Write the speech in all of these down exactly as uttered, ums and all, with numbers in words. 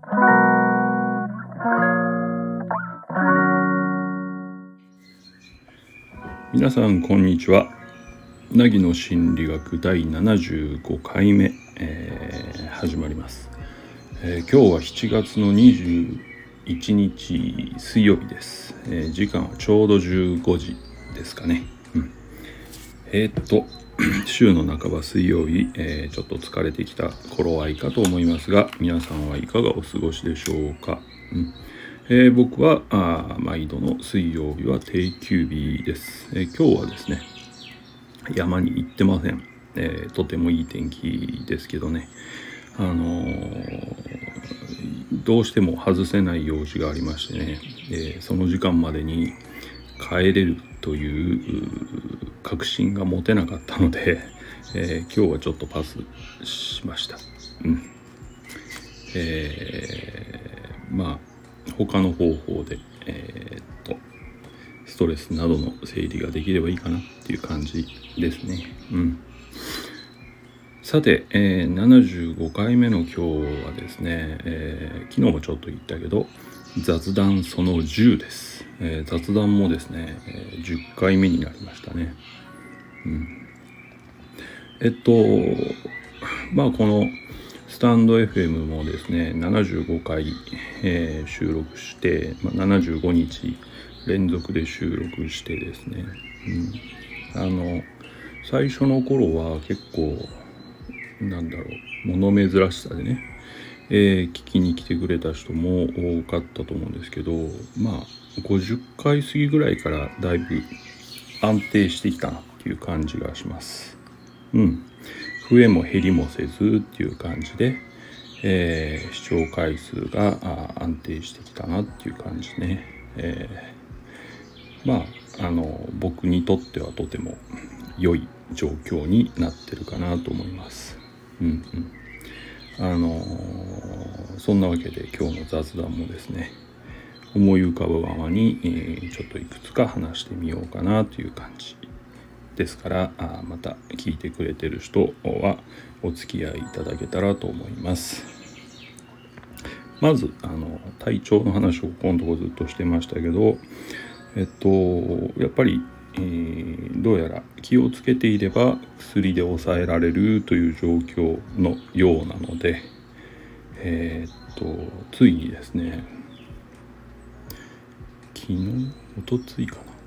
皆さんこんにちは。凪の心理学だいななじゅうごかいめ、えー、始まります、えー、今日はしちがつのにじゅういちにち水曜日です、えー、時間はちょうどじゅうごじですかね、うん、えー、っと週の半ば水曜日、えー、ちょっと疲れてきた頃合いかと思いますが、皆さんはいかがお過ごしでしょうか。うんえー、僕はあ毎度の水曜日は定休日です、えー、今日はですね山に行ってません、えー、とてもいい天気ですけどね、あのー、どうしても外せない用事がありましてね、えー、その時間までに帰れるという確信が持てなかったので、えー、今日はちょっとパスしました。うんえー、まあ他の方法で、えー、っとストレスなどの整理ができればいいかなっていう感じですね。うん、さて、えー、ななじゅうごかいめの今日はですね、えー、昨日もちょっと言ったけど雑談そのじゅうです、えー、雑談もですね、えー、じゅっかいめになりましたね。うん、えっとまあこのスタンド エフエム もですねななじゅうごかい、えー、収録して、まあ、ななじゅうごにち連続で収録してですね、うん、あの最初の頃は結構なんだろう物珍しさでね、えー、聞きに来てくれた人も多かったと思うんですけど、まあごじゅっかい過ぎぐらいからだいぶ安定してきたなっていう感じがします。うん、増えも減りもせずっていう感じで、えー、視聴回数が安定してきたなっていう感じね。えー、まああの僕にとってはとても良い状況になってるかなと思います。うんうん、あのー、そんなわけで今日の雑談もですね思い浮かぶままに、えー、ちょっといくつか話してみようかなという感じですから、あまた聞いてくれてる人はお付き合いいただけたらと思います。まずあの体調の話をここのとこずっとしてましたけど、えっとやっぱり、えー、どうやら気をつけていれば薬で抑えられるという状況のようなので、えー、っとついにですね昨日おとついかな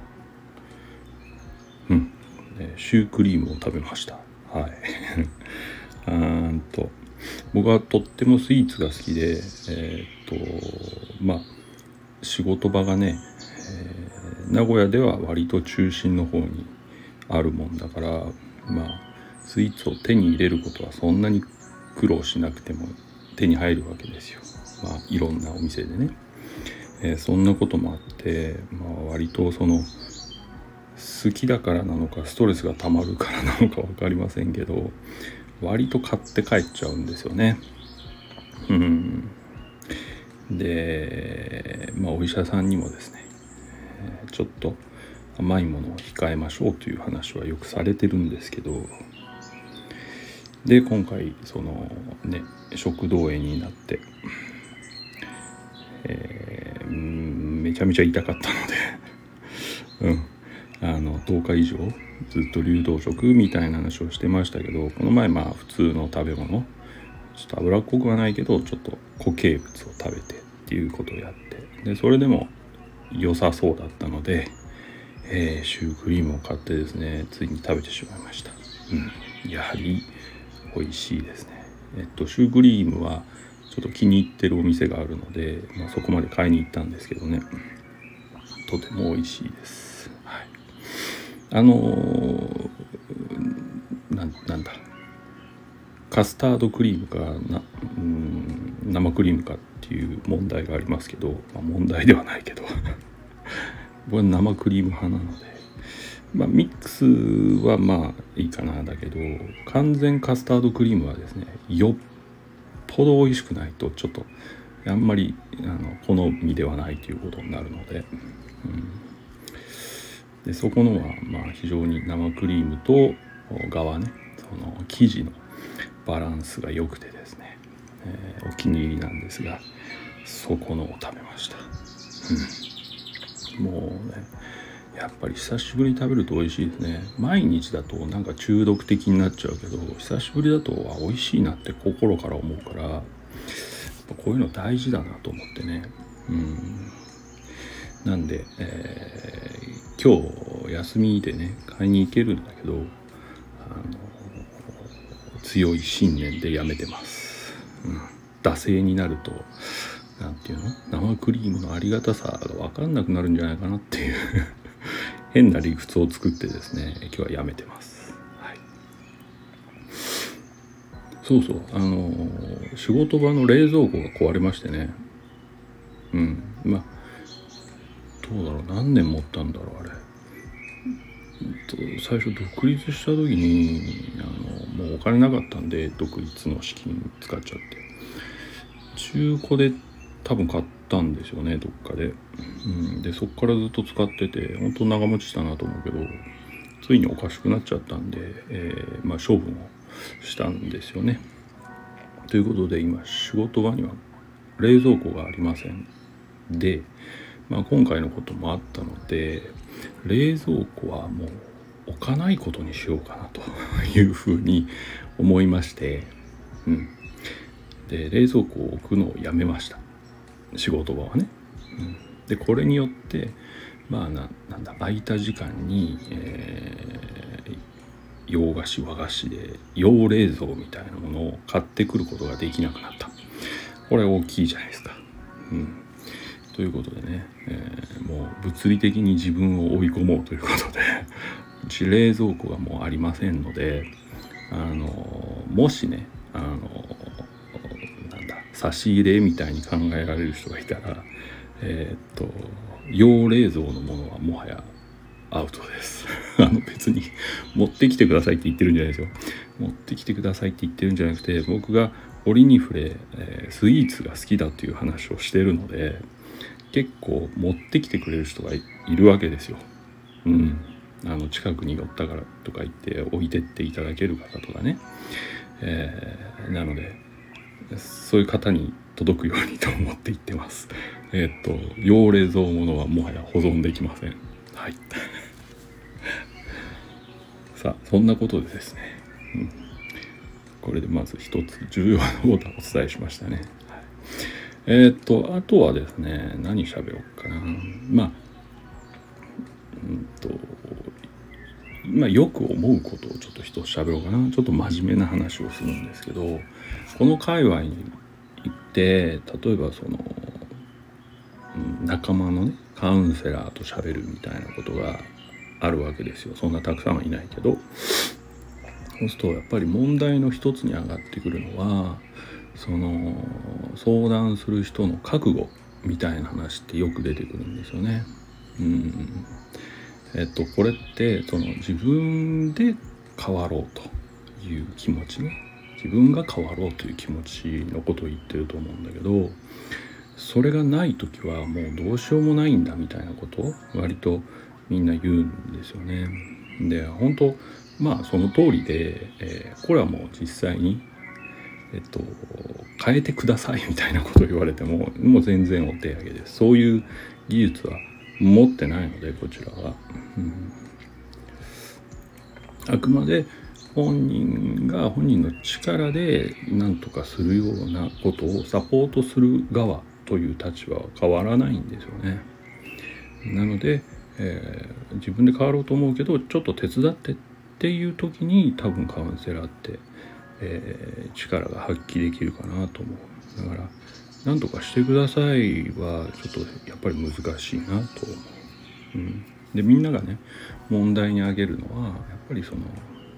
うん、シュークリームを食べました。はいあーと僕はとってもスイーツが好きで、えー、っとまあ仕事場がね、えー、名古屋では割と中心の方にあるもんだから、まあスイーツを手に入れることはそんなに苦労しなくても手に入るわけですよ。まあいろんなお店でね、えー、そんなこともあって、まあ、割とその好きだからなのかストレスがたまるからなのか分かりませんけど割と買って帰っちゃうんですよね。うんで、まあ、お医者さんにもですねちょっと甘いものを控えましょうという話はよくされてるんですけど、で今回そのね食道炎になって、えー、めちゃめちゃ痛かったのでうんあのとおか以上ずっと流動食みたいな話をしてましたけど、この前まあ普通の食べ物ちょっと脂っこくはないけどちょっと固形物を食べてっていうことをやって、でそれでも良さそうだったので、えー、シュークリームを買ってですねついに食べてしまいました。うん、やはり美味しいですね。えっとシュークリームはちょっと気に入ってるお店があるので、まあ、そこまで買いに行ったんですけどね、とても美味しいです。はい、あのー、な, なんだカスタードクリームかなうん生クリームかっていう問題がありますけど、まあ、問題ではないけど僕は生クリーム派なので、まあ、ミックスはまあいいかなだけど完全カスタードクリームはですねよっぽど美味しくないとちょっとあんまりあの好みではないということになるので、うん、でそこのはまあ非常に生クリームと側ねその生地のバランスが良くてですね、 えー、お気に入りなんですが、そこのを食べました。うん、もうねやっぱり久しぶりに食べると美味しいですね。毎日だとなんか中毒的になっちゃうけど、久しぶりだとあ美味しいなって心から思うから、やっぱこういうの大事だなと思ってね。うんなんで、えー、今日休みでね買いに行けるんだけど、あの強い信念でやめてます。うん、惰性になるとなんていうの生クリームのありがたさが分かんなくなるんじゃないかなっていう変な理屈を作ってですね今日はやめてます。はい、そうそうあのー、仕事場の冷蔵庫が壊れましてね。うんまあどうだろう何年持ったんだろうあれ。最初独立した時にあのもうお金なかったんで独立の資金使っちゃって中古で多分買ったんですよねどっかで、うん、でそっからずっと使ってて本当長持ちしたなと思うけどついにおかしくなっちゃったんで、えー、まあ処分をしたんですよね。ということで今仕事場には冷蔵庫がありませんで、まあ、今回のこともあったので冷蔵庫はもう置かないことにしようかなというふうに思いまして、うん、で冷蔵庫を置くのをやめました仕事場はね、うん、でこれによってまあ な, なんだ空いた時間に、えー、洋菓子和菓子で洋冷蔵みたいなものを買ってくることができなくなった。これ大きいじゃないですか。うんということでね、えー、もう物理的に自分を追い込もうということでうち冷蔵庫がもうありませんので、あのもしねあのなんだ差し入れみたいに考えられる人がいたら、えー、っと洋冷蔵のものはもはやアウトですあの別に持ってきてくださいって言ってるんじゃないですよ。持ってきてくださいって言ってるんじゃなくて僕が折に触れ、えー、スイーツが好きだっていう話をしているので結構持ってきてくれる人が い, いるわけですよ。うん、あの近くに寄ったからとか言って置いてっていただける方とかね、えー、なのでそういう方に届くようにと思って言ってます。えー、っと洋冷蔵物はもはや保存できません。はいさあそんなことでですね、うん、これでまず一つ重要なことをお伝えしましたね。えー、っとあとはですね何喋ろうかな。まあうんと今よく思うことをちょっと一つ喋ろうかな。ちょっと真面目な話をするんですけど、この界隈に行って例えばその仲間のねカウンセラーと喋るみたいなことがあるわけですよ。そんなたくさんはいないけど、そうするとやっぱり問題の一つに上がってくるのはその相談する人の覚悟みたいな話ってよく出てくるんですよね。うんえっとこれってその自分で変わろうという気持ちね、自分が変わろうという気持ちのことを言ってると思うんだけど、それがない時はもうどうしようもないんだみたいなことを割とみんな言うんですよね。で本当まあその通りで、えー、これはもう実際にえっと変えてくださいみたいなことを言われてももう全然お手上げです。そういう技術は持ってないのでこちらは、うん、あくまで本人が本人の力で何とかするようなことをサポートする側という立場は変わらないんですよね。なので、えー、自分で変わろうと思うけどちょっと手伝ってっていう時に多分カウンセラーって、えー、力が発揮できるかなと思う。だから何とかしてくださいはちょっとやっぱり難しいなと思う。うん、でみんながね問題に挙げるのはやっぱりその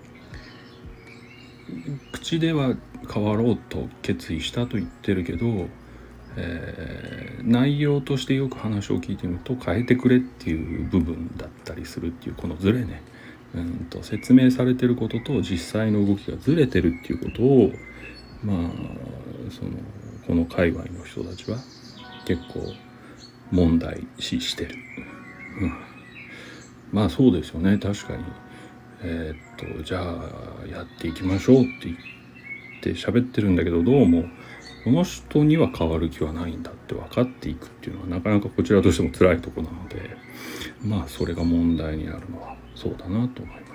口では変わろうと決意したと言ってるけど、えー、内容としてよく話を聞いてみると変えてくれっていう部分だったりするっていうこのズレね、うんと説明されてることと実際の動きがずれてるっていうことをまあそのこの界隈の人たちは結構問題視してる、うん、まあそうですよね確かに。えー、っとじゃあやっていきましょうって言って喋ってるんだけどどうもこの人には変わる気はないんだって分かっていくっていうのはなかなかこちらとしても辛いところなので、まあそれが問題になるのはそうだなと思います。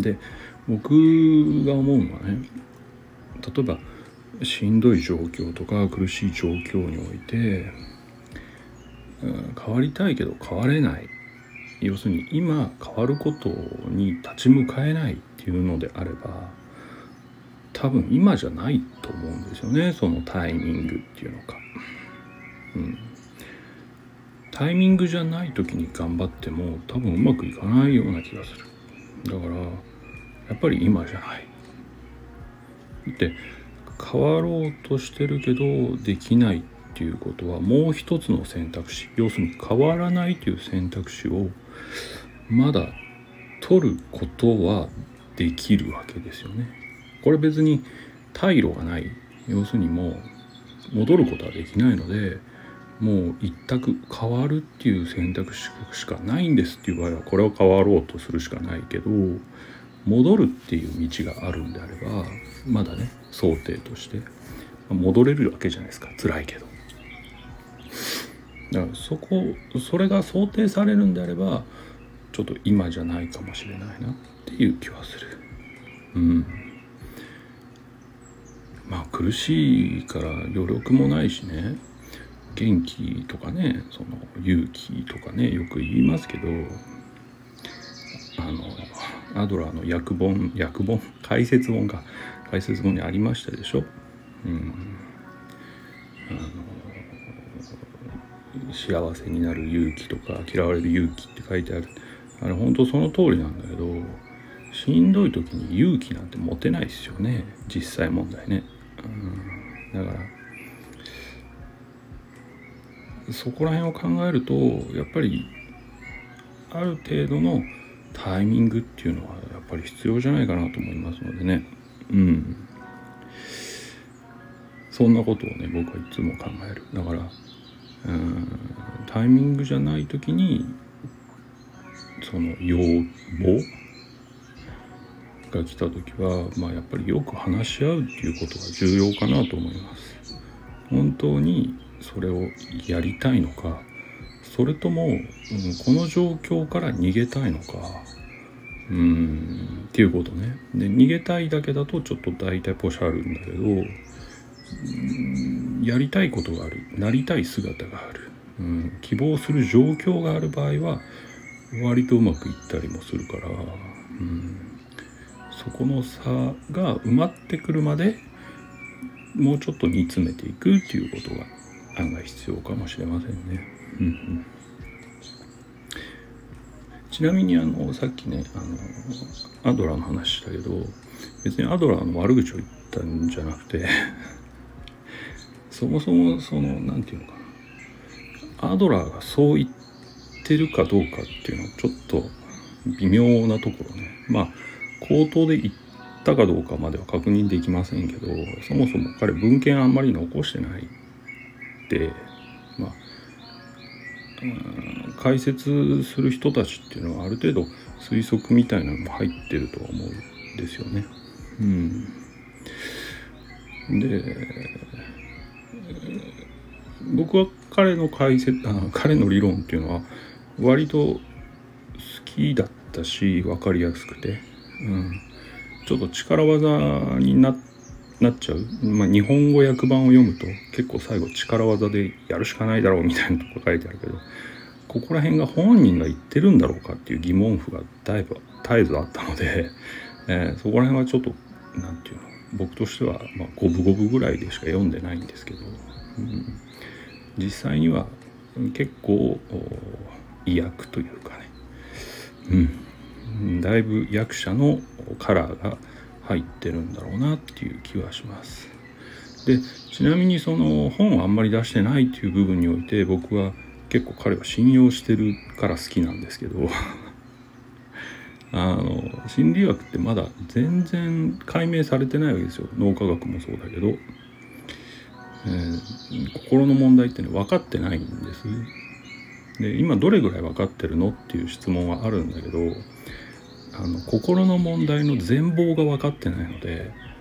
で、僕が思うのはね、例えばしんどい状況とか苦しい状況において、うん、変わりたいけど変われない、要するに今変わることに立ち向かえないっていうのであれば、多分今じゃないと思うんですよね、そのタイミングっていうのか、うん、タイミングじゃない時に頑張っても多分うまくいかないような気がする。だからやっぱり今じゃない。で、変わろうとしてるけどできないっていうことはもう一つの選択肢、要するに変わらないという選択肢をまだ取ることはできるわけですよね。これ別に退路がない、要するにもう戻ることはできないので、もう一択変わるっていう選択肢しかないんですっていう場合はこれを変わろうとするしかないけど、戻るっていう道があるんであればまだね、想定として戻れるわけじゃないですか、辛いけど。だからそこそれが想定されるんであればちょっと今じゃないかもしれないなっていう気はする。うんまあ苦しいから余力もないしね、元気とかね、その勇気とかねよく言いますけど、あのアドラーの訳本訳本解説本が解説本にありましたでしょ。うん、あの幸せになる勇気とか嫌われる勇気って書いてある。あれ本当その通りなんだけど、しんどい時に勇気なんて持てないですよね、実際問題ね。うん、だからそこら辺を考えるとやっぱりある程度のタイミングっていうのはやっぱり必要じゃないかなと思いますのでね。うんそんなことをね僕はいつも考える。だからうんタイミングじゃない時にその要望が来た時は、まあ、やっぱりよく話し合うっていうことが重要かなと思います。本当にそれをやりたいのか、それとも、うん、この状況から逃げたいのか、うーんっていうことね。で逃げたいだけだとちょっと大体ポシャるんだけど、うんやりたいことがある、なりたい姿がある、うん、希望する状況がある場合は割とうまくいったりもするから、うん、そこの差が埋まってくるまでもうちょっと煮詰めていくっていうことが案外必要かもしれませんね。うんうん、ちなみにあのさっきねあのアドラーの話したけど、別にアドラーの悪口を言ったんじゃなくてそもそもそのなんていうのかな、アドラーがそう言ってるかどうかっていうのはちょっと微妙なところね。まあ口頭で言ったかどうかまでは確認できませんけど、そもそも彼文献あんまり残してないで、まあうん解説する人たちっていうのはある程度推測みたいなのも入ってるとは思うんですよね。うん、で僕は彼の解説あ彼の理論っていうのは割と好きだったし分かりやすくて、うん、ちょっと力技に な, なっちゃう、まあ、日本語訳版を読むと結構最後力技でやるしかないだろうみたいなとこ書いてあるけど、ここら辺が本人が言ってるんだろうかっていう疑問符がだいぶ絶えずあったので、えー、そこら辺はちょっとなんていうの僕としてはまあ五分五分ぐらいでしか読んでないんですけど、うん、実際には結構意訳というかね、うん、だいぶ役者のカラーが入ってるんだろうなっていう気はします。でちなみにその本をあんまり出してないっていう部分において僕は結構彼は信用してるから好きなんですけどあの心理学ってまだ全然解明されてないわけですよ。脳科学もそうだけど、えー、心の問題ってね分かってないんです。で今どれぐらい分かってるのっていう質問はあるんだけど、あの心の問題の全貌が分かってないので、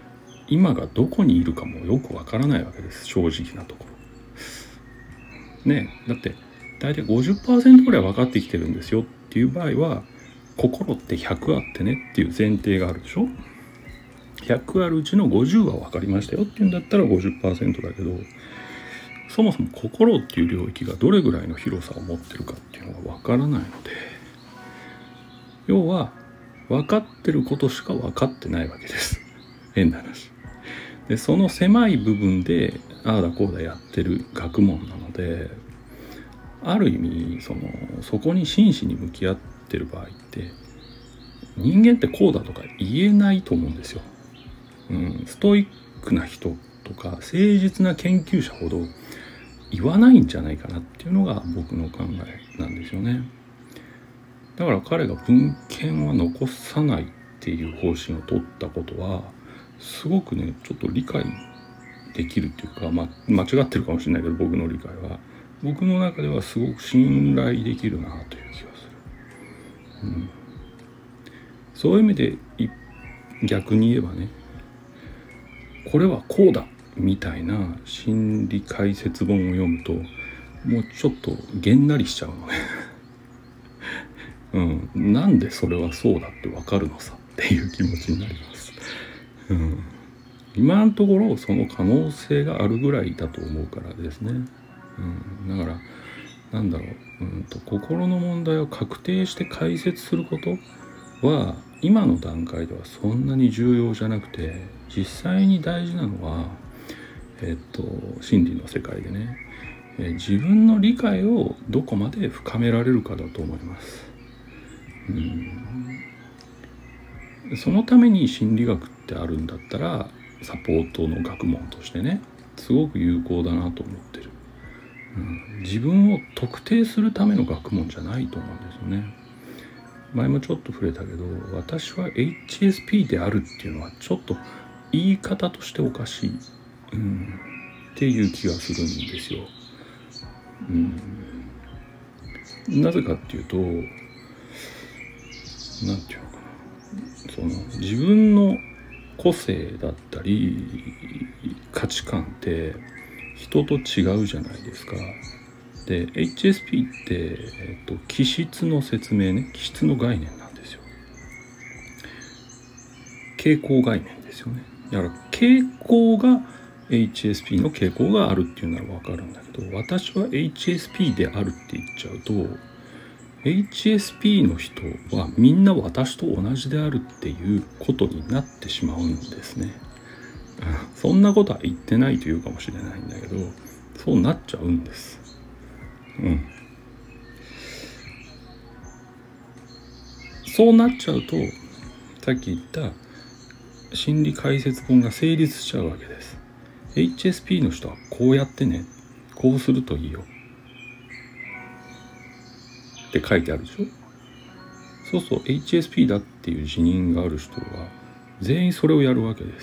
今がどこにいるかもよくわからないわけです、正直なところね。だって大体 ごじゅっパーセント ぐらい分かってきてるんですよっていう場合は、心ってひゃくあってねっていう前提があるでしょ。ひゃくあるうちのごじゅうは分かりましたよっていうんだったら ごじゅっパーセント だけど、そもそも心っていう領域がどれぐらいの広さを持ってるかっていうのが分からないので、要は分かってることしか分かってないわけです変な話で。その狭い部分でああだこうだやってる学問なので、ある意味そのそこに真摯に向き合ってる場合って、人間ってこうだとか言えないと思うんですよ。うん、ストイックな人とか誠実な研究者ほど言わないんじゃないかなっていうのが僕の考えなんですよね。だから彼が文献は残さないっていう方針を取ったことはすごくねちょっと理解できるっていうか、まあ、間違ってるかもしれないけど、僕の理解は僕の中ではすごく信頼できるなという気がする、うん、そういう意味で逆に言えばね、これはこうだみたいな心理解説本を読むともうちょっとげんなりしちゃうのねうん、なんでそれはそうだって分かるのさっていう気持ちになります、うん、今のところその可能性があるぐらいだと思うからですね、うん、だからなんだろう、うんと心の問題を確定して解説することは今の段階ではそんなに重要じゃなくて、実際に大事なのはえっと心理の世界でね、え自分の理解をどこまで深められるかだと思います。うん、そのために心理学ってあるんだったらサポートの学問としてねすごく有効だなと思ってる、うん、自分を特定するための学問じゃないと思うんですよね。前もちょっと触れたけど、私は エイチエスピー であるっていうのはちょっと言い方としておかしい、うん、っていう気がするんですよ、うん、なぜかっていうと、なんていうのかな、その自分の個性だったり価値観って人と違うじゃないですか。で エイチエスピー って、えっと、気質の説明ね、気質の概念なんですよ。傾向概念ですよね。だから傾向が エイチエスピー の傾向があるっていうなら分かるんだけど、私は エイチエスピー であるって言っちゃうと エイチエスピー の人はみんな私と同じであるっていうことになってしまうんですね。そんなことは言ってないというかもしれないんだけど、そうなっちゃうんです。うん。そうなっちゃうと、さっき言った心理解説本が成立しちゃうわけです。エイチエスピー の人はこうやってね、こうするといいよって書いてあるでしょ。そうそう、 エイチエスピー だっていう自認がある人は全員それをやるわけです。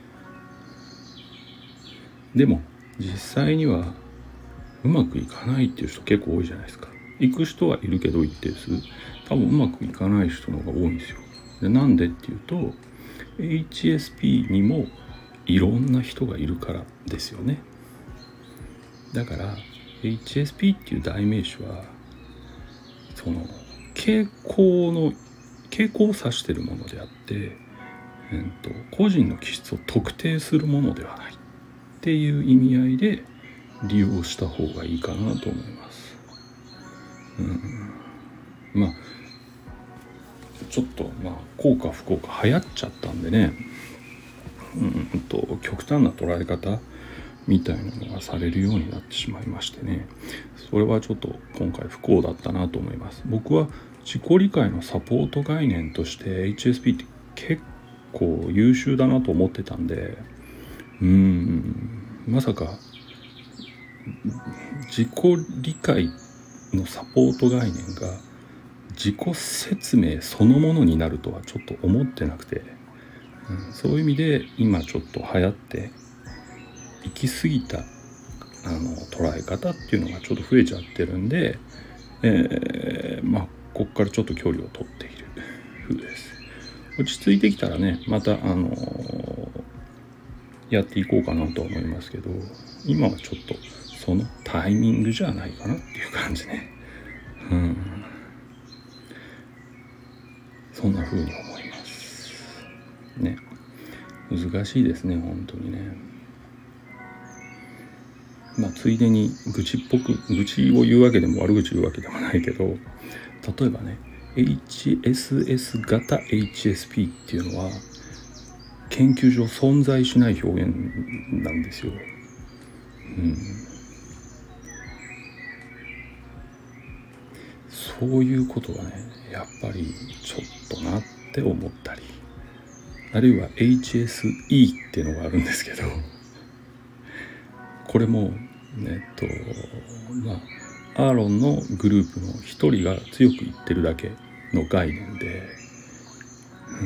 でも実際にはうまくいかないっていう人結構多いじゃないですか。行く人はいるけど一定数、多分うまくいかない人の方が多いんですよ。でなんでっていうと エイチエスピー にもいろんな人がいるからですよね。だから エイチエスピー っていう代名詞はその傾向の傾向を指しているものであって、えー、と個人の気質を特定するものではないっていう意味合いで利用した方がいいかなと思います。うん、まあちょっとまあ効果不効果流行っちゃったんでね、うんと極端な捉え方みたいなのがされるようになってしまいましてね、それはちょっと今回不幸だったなと思います。僕は自己理解のサポート概念として エイチエスピー って結構優秀だなと思ってたんで、うーんまさか自己理解のサポート概念が自己説明そのものになるとはちょっと思ってなくて、うん、そういう意味で今ちょっと流行って行き過ぎたあの捉え方っていうのがちょっと増えちゃってるんで、えー、まあここからちょっと距離を取っている風です。落ち着いてきたらね、またあのやっていこうかなとは思いますけど、今はちょっとそのタイミングじゃないかなっていう感じね。うん、そんな風に思いますね。難しいですね、本当にね。まあついでに愚痴っぽく愚痴を言うわけでも悪口言うわけでもないけど、例えばね エイチエスエス 型 エイチエスピー っていうのは研究上存在しない表現なんですよ。うん、そういうことがねやっぱりちょっとなって思ったり、あるいは エイチエスイー っていうのがあるんですけど、これもえっとまあアーロンのグループの一人が強く言ってるだけの概念で、うん、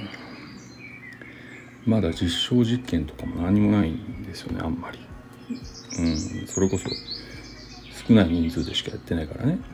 まだ実証実験とかも何もないんですよね、あんまり。うん、それこそ少ない人数でしかやってないからね。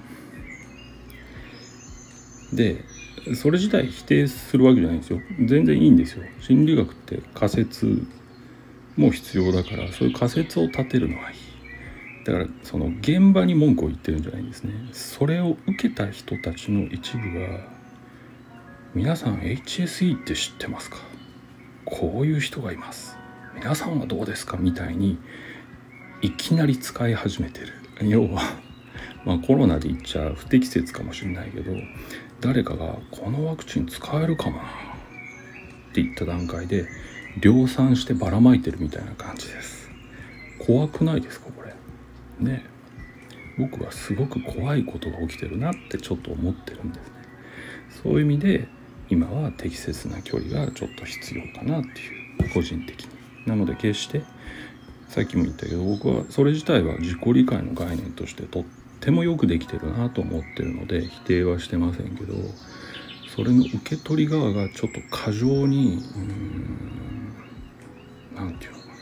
でそれ自体否定するわけじゃないんですよ。全然いいんですよ。心理学って仮説も必要だから、そういう仮説を立てるのはいい。だからその現場に文句を言ってるんじゃないんですね。それを受けた人たちの一部が、皆さん エイチエスイー って知ってますか、こういう人がいます、皆さんはどうですかみたいにいきなり使い始めてる。要はまあコロナで言っちゃ不適切かもしれないけど、誰かがこのワクチン使えるかもなって言った段階で量産してばらまいてるみたいな感じです。怖くないですかこれね。僕はすごく怖いことが起きてるなってちょっと思ってるんですね。そういう意味で今は適切な距離がちょっと必要かなっていう、個人的に。なので決してさっきも言ったけど、僕はそれ自体は自己理解の概念としてとってもよくできてるなと思ってるので否定はしてませんけど、それの受け取り側がちょっと過剰にうーんなんていうのかな、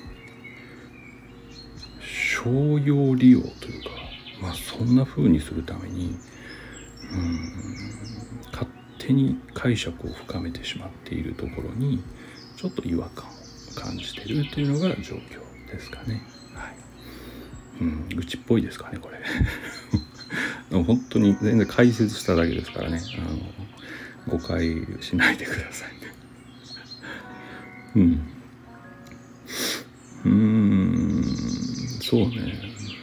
商用利用というか、まあそんな風にするためにうーん勝手に解釈を深めてしまっているところにちょっと違和感を感じているというのが状況ですかね。はい。うん、愚痴っぽいですかねこれ。でも本当に全然解説しただけですからね。あの誤解しないでくださいね。うん。うーん、そうね。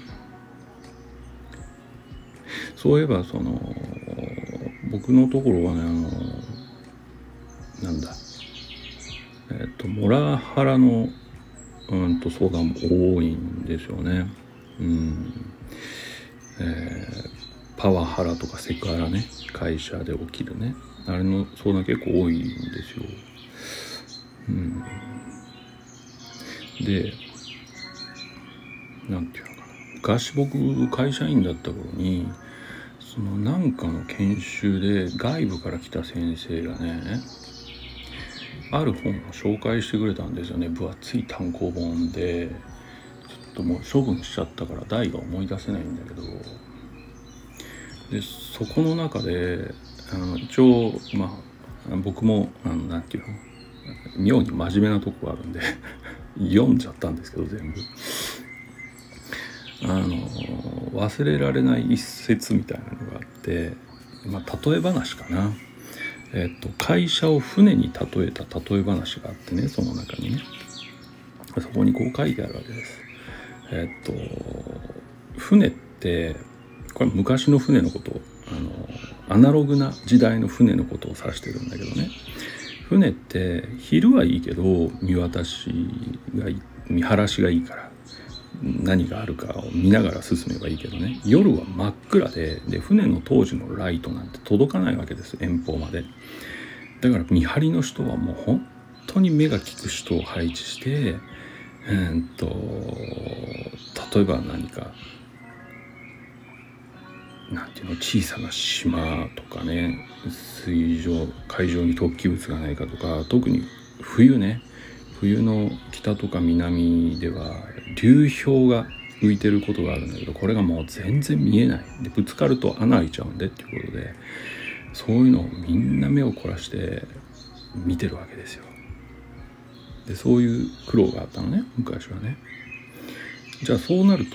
そういえばその僕のところはね、あのなんだえっとモラハラのうんと相談も多いんですよね。うん、えー、パワハラとかセクハラね、会社で起きるね、あれの相談結構多いんですよ。うん、でなんていうのかな、昔僕会社員だった頃にそのなんかの研修で外部から来た先生がね、ある本を紹介してくれたんですよね。分厚い単行本で、ちょっともう処分しちゃったから題が思い出せないんだけど、でそこの中であの一応まあ僕もあのなんていうの妙に真面目なとこがあるんで読んじゃったんですけど、全部あの忘れられない一節みたいなのがあって、まあ例え話かな。えっと会社を船に例えた例え話があってね、その中にね、そこにこう書いてあるわけです。えっと船ってこれ昔の船のことをあのアナログな時代の船のことを指してるんだけどね、船って昼はいいけど見渡しがいい、見晴らしがいいから何があるかを見ながら進めばいいけどね、夜は真っ暗で、で船の当時のライトなんて届かないわけです、遠方まで。だから見張りの人はもう本当に目が利く人を配置して、えー、っと例えば何かなんていうの、小さな島とかね、水上海上に突起物がないかとか、特に冬ね、冬の北とか南では流氷が浮いてることがあるんだけど、これがもう全然見えないで、ぶつかると穴開いちゃうんでっていうことで、そういうのをみんな目を凝らして見てるわけですよ。 でそういう苦労があったのね、昔はね。じゃあそうなると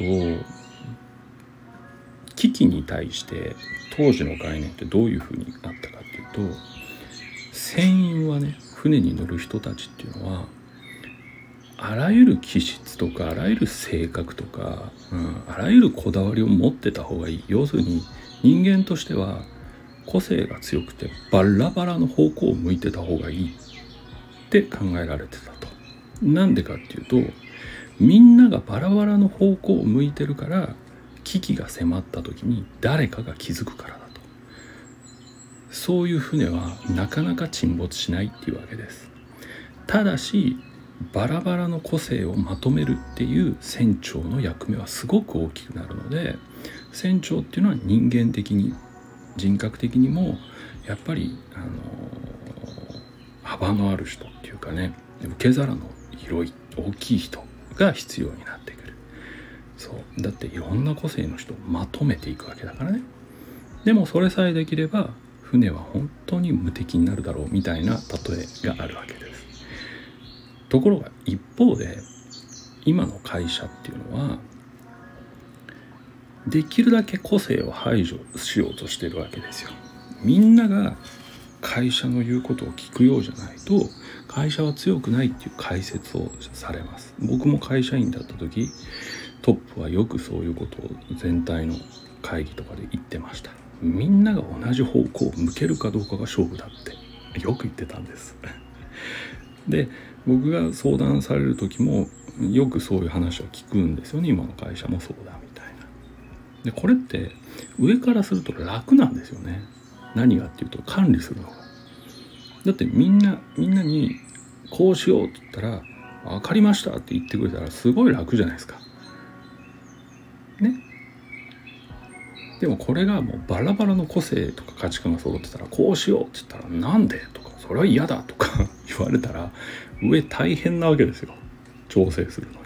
危機に対して当時の概念ってどういうふうになったかっていうと、船員はね、船に乗る人たちっていうのはあらゆる気質とかあらゆる性格とか、うん、あらゆるこだわりを持ってた方がいい。要するに人間としては個性が強くてバラバラの方向を向いてた方がいいって考えられてたと。なんでかっていうと、みんながバラバラの方向を向いてるから危機が迫った時に誰かが気づくからだと。そういう船はなかなか沈没しないっていうわけです。ただしバラバラの個性をまとめるっていう船長の役目はすごく大きくなるので、船長っていうのは人間的に人格的にもやっぱりあの幅のある人っていうかね、受け皿の広い大きい人が必要になってくる。そうだっていろんな個性の人をまとめていくわけだからね。でもそれさえできれば船は本当に無敵になるだろうみたいな例えがあるわけです。ところが一方で今の会社っていうのはできるだけ個性を排除しようとしてるわけですよ。みんなが会社の言うことを聞くようじゃないと会社は強くないっていう解説をされます。僕も会社員だった時トップはよくそういうことを全体の会議とかで言ってました。みんなが同じ方向を向けるかどうかが勝負だってよく言ってたんですで僕が相談される時もよくそういう話を聞くんですよね。今の会社もそうだみたいな。でこれって上からすると楽なんですよね。何がっていうと管理するのが。だってみんなみんなにこうしようって言ったら分かりましたって言ってくれたらすごい楽じゃないですかね。でもこれがもうバラバラの個性とか価値観が揃ってたらこうしようって言ったらなんでとかそれは嫌だとか言われたら上大変なわけですよ、調整するのに。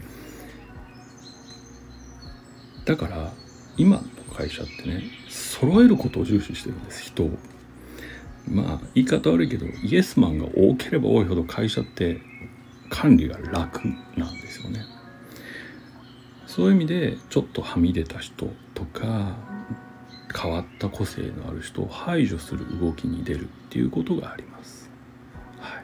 だから今の会社ってね、揃えることを重視してるんです、人を。まあ言い方悪いけどイエスマンが多ければ多いほど会社って管理が楽なんですよね。そういう意味でちょっとはみ出た人とか変わった個性のある人を排除する動きに出るっていうことがあります、はい、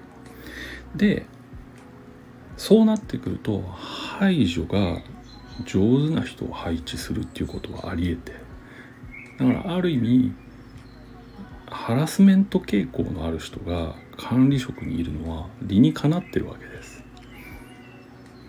でそうなってくると排除が上手な人を配置するっていうことはあり得て、だからある意味ハラスメント傾向のある人が管理職にいるのは理にかなってるわけです、うん、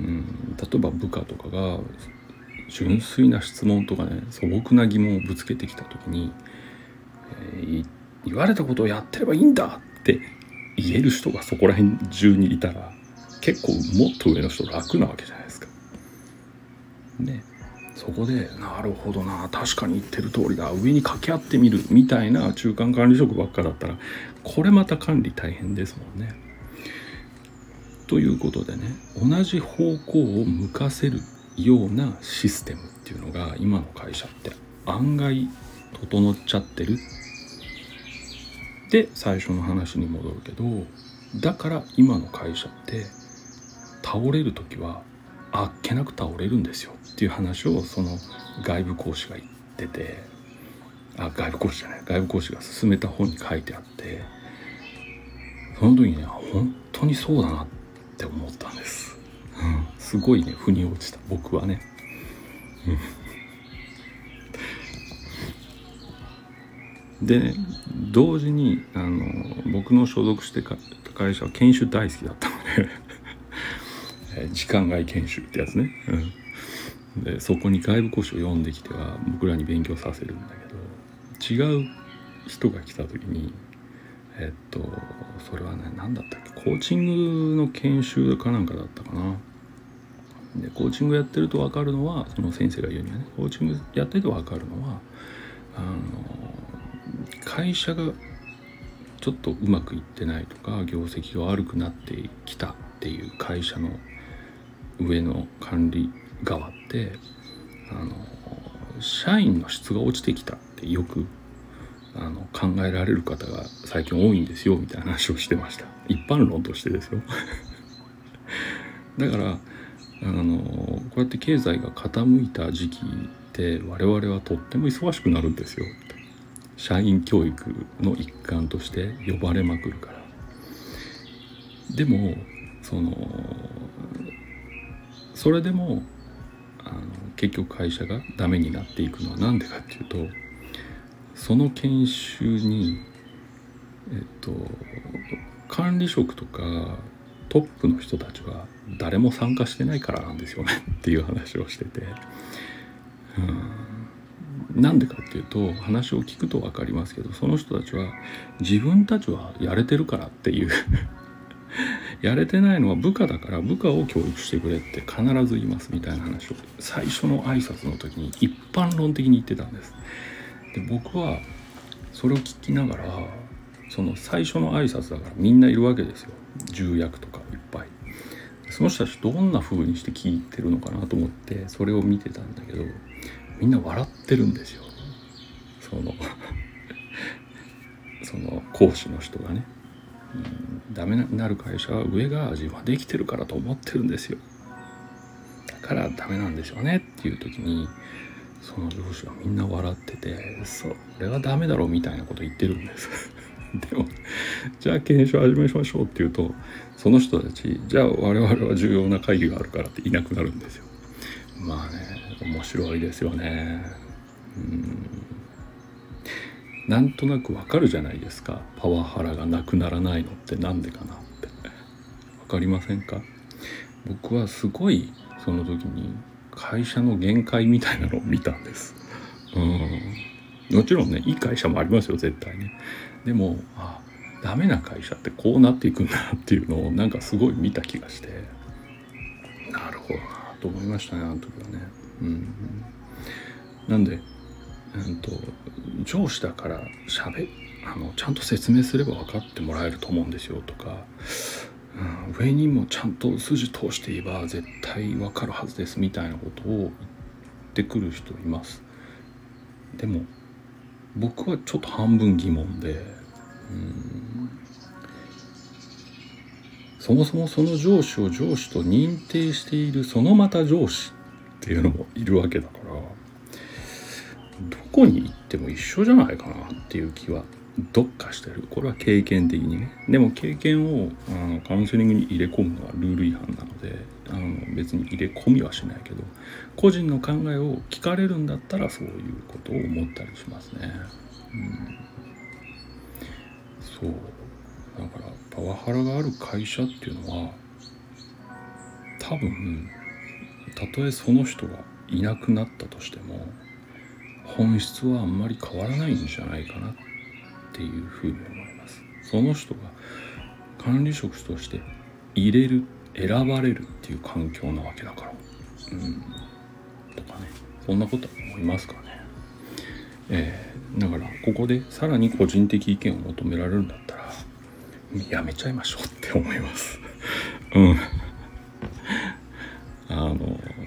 例えば部下とかが純粋な質問とかね、素朴な疑問をぶつけてきた時に、えー、言われたことをやってればいいんだって言える人がそこら辺中にいたら結構もっと上の人楽なわけじゃないですかね。そこでなるほどな、確かに言ってる通りだ、上に掛け合ってみるみたいな中間管理職ばっかだったらこれまた管理大変ですもんね。ということでね、同じ方向を向かせるようなシステムっていうのが今の会社って案外整っちゃってる。で最初の話に戻るけど、だから今の会社って倒れる時はあっけなく倒れるんですよっていう話をその外部講師が言ってて、あ外部講師じゃない外部講師が勧めた本に書いてあって、その時にね本当にそうだなって思ったんです、うん、すごいね腑に落ちた僕はね、うん、でね同時にあの僕の所属してた会社は研修大好きだったので時間外研修ってやつね、うん、でそこに外部講師を呼んできては僕らに勉強させるんだけど、違う人が来た時にえっとそれはね何だったっけ、コーチングの研修かなんかだったかな。でコーチングやってると分かるのは、その先生が言うにはね、コーチングやってると分かるのはあの会社がちょっとうまくいってないとか業績が悪くなってきたっていう会社の上の管理側ってあの社員の質が落ちてきたってよくあの考えられる方が最近多いんですよみたいな話をしてました。一般論としてですよだからあのこうやって経済が傾いた時期って我々はとっても忙しくなるんですよ。社員教育の一環として呼ばれまくるから。でもそのそれでもあの結局会社がダメになっていくのは何でかっていうと、その研修にえっと管理職とかトップの人たちは誰も参加してないからなんですよねっていう話をしてて、うん、なんでかっていうと話を聞くと分かりますけど、その人たちは自分たちはやれてるからっていうやれてないのは部下だから部下を教育してくれって必ず言いますみたいな話を最初の挨拶の時に一般論的に言ってたんです。で僕はそれを聞きながら、その最初の挨拶だからみんないるわけですよ、重役とかいっぱい。その人たちどんな風にして聞いてるのかなと思ってそれを見てたんだけど、みんな笑ってるんですよ、そのその講師の人がね。うん、ダメになる会社は上が自分はできてるからと思ってるんですよ、だからダメなんですよねっていう時に、その上司はみんな笑ってて、それはダメだろうみたいなこと言ってるんですでもじゃあ研修始めましょうって言うと、その人たちじゃあ我々は重要な会議があるからっていなくなるんですよ。まあね、面白いですよね。うん、なんとなくわかるじゃないですか、パワハラがなくならないのってなんでかなってわかりませんか？僕はすごいその時に会社の限界みたいなのを見たんです。うん、もちろんねいい会社もありますよ絶対ね。でもあダメな会社ってこうなっていくんだなっていうのをなんかすごい見た気がして、なるほどなと思いましたね、あの時はね。うん、なんで、うんと、上司だからしゃべあのちゃんと説明すれば分かってもらえると思うんですよとか、うん、上にもちゃんと筋通していれば絶対分かるはずですみたいなことを言ってくる人います。でも僕はちょっと半分疑問で、うん、そもそもその上司を上司と認定しているそのまた上司っていうのもいるわけだから、どこに行っても一緒じゃないかなっていう気はどっかしてる。これは経験的にね。でも経験をあのカウンセリングに入れ込むのはルール違反なので、あの別に入れ込みはしないけど、個人の考えを聞かれるんだったらそういうことを思ったりしますね。うん、そうだからパワハラがある会社っていうのは多分たとえその人がいなくなったとしても本質はあんまり変わらないんじゃないかなっていうふうに思います。その人が管理職として入れる選ばれるっていう環境なわけだから、うん、とかね、そんなこと思いますかね。えー、だからここでさらに個人的意見を求められるんだったらやめちゃいましょうって思いますうんあの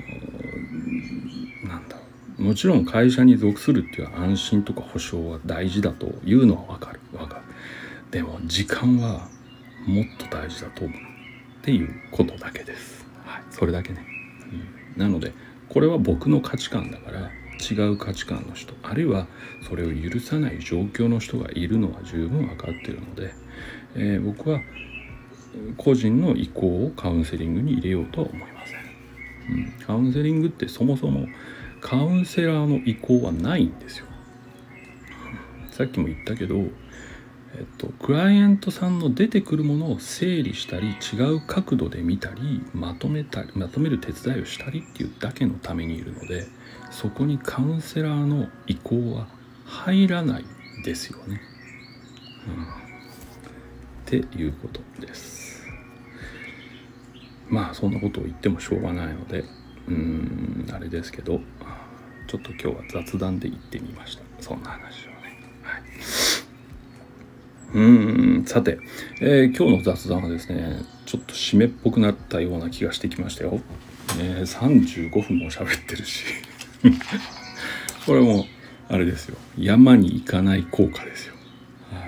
なんだろう、もちろん会社に属するっていう安心とか保証は大事だというのは分かる分かる。でも時間はもっと大事だと思うっていうことだけです。はい、それだけね、うん、なのでこれは僕の価値観だから違う価値観の人、あるいはそれを許さない状況の人がいるのは十分分かっているので、えー、僕は個人の意向をカウンセリングに入れようとは思いません。うん、カウンセリングってそもそもカウンセラーの意向はないんですよ。さっきも言ったけど、えっと、クライアントさんの出てくるものを整理したり違う角度で見たりまとめたりまとめる手伝いをしたりっていうだけのためにいるので、そこにカウンセラーの意向は入らないですよね、うん、っていうことです。まあそんなことを言ってもしょうがないのでうーんあれですけど、ちょっと今日は雑談で言ってみました。そんな話をね、はい、うーんさて、えー、今日の雑談はですねちょっと締めっぽくなったような気がしてきましたよ、えー、さんじゅうごふんも喋ってるしこれもあれですよ、山に行かない効果ですよ、はい、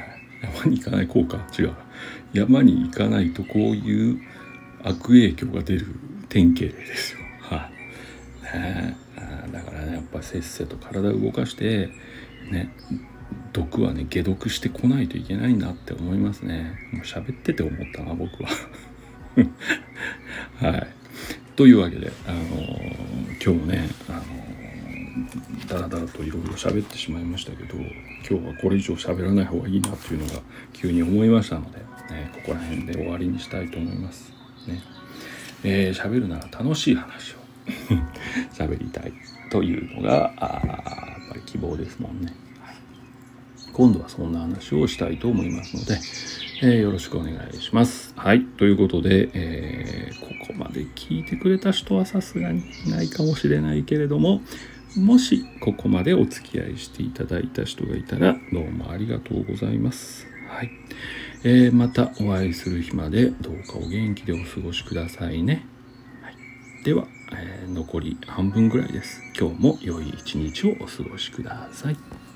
山に行かない効果違う、山に行かないとこういう悪影響が出る典型例ですよ。はい、ね、だからねやっぱせっせと体を動かしてね、毒はね解毒してこないといけないなって思いますね。もう喋ってて思ったな僕ははい、というわけで、あのー、今日もね、あのー、だらだらといろいろ喋ってしまいましたけど、今日はこれ以上喋らない方がいいなっていうのが急に思いましたので、ね、ここら辺で終わりにしたいと思いますね。えー、喋るなら楽しい話を喋りたいというのがあやっぱり希望ですもんね。今度はそんな話をしたいと思いますので、えー、よろしくお願いします。はい、ということで、えー、ここまで聞いてくれた人はさすがにいないかもしれないけれども、もしここまでお付き合いしていただいた人がいたらどうもありがとうございます。はい、えー、またお会いする日までどうかお元気でお過ごしくださいね。はい、では、えー、残り半分ぐらいです。今日も良い一日をお過ごしください。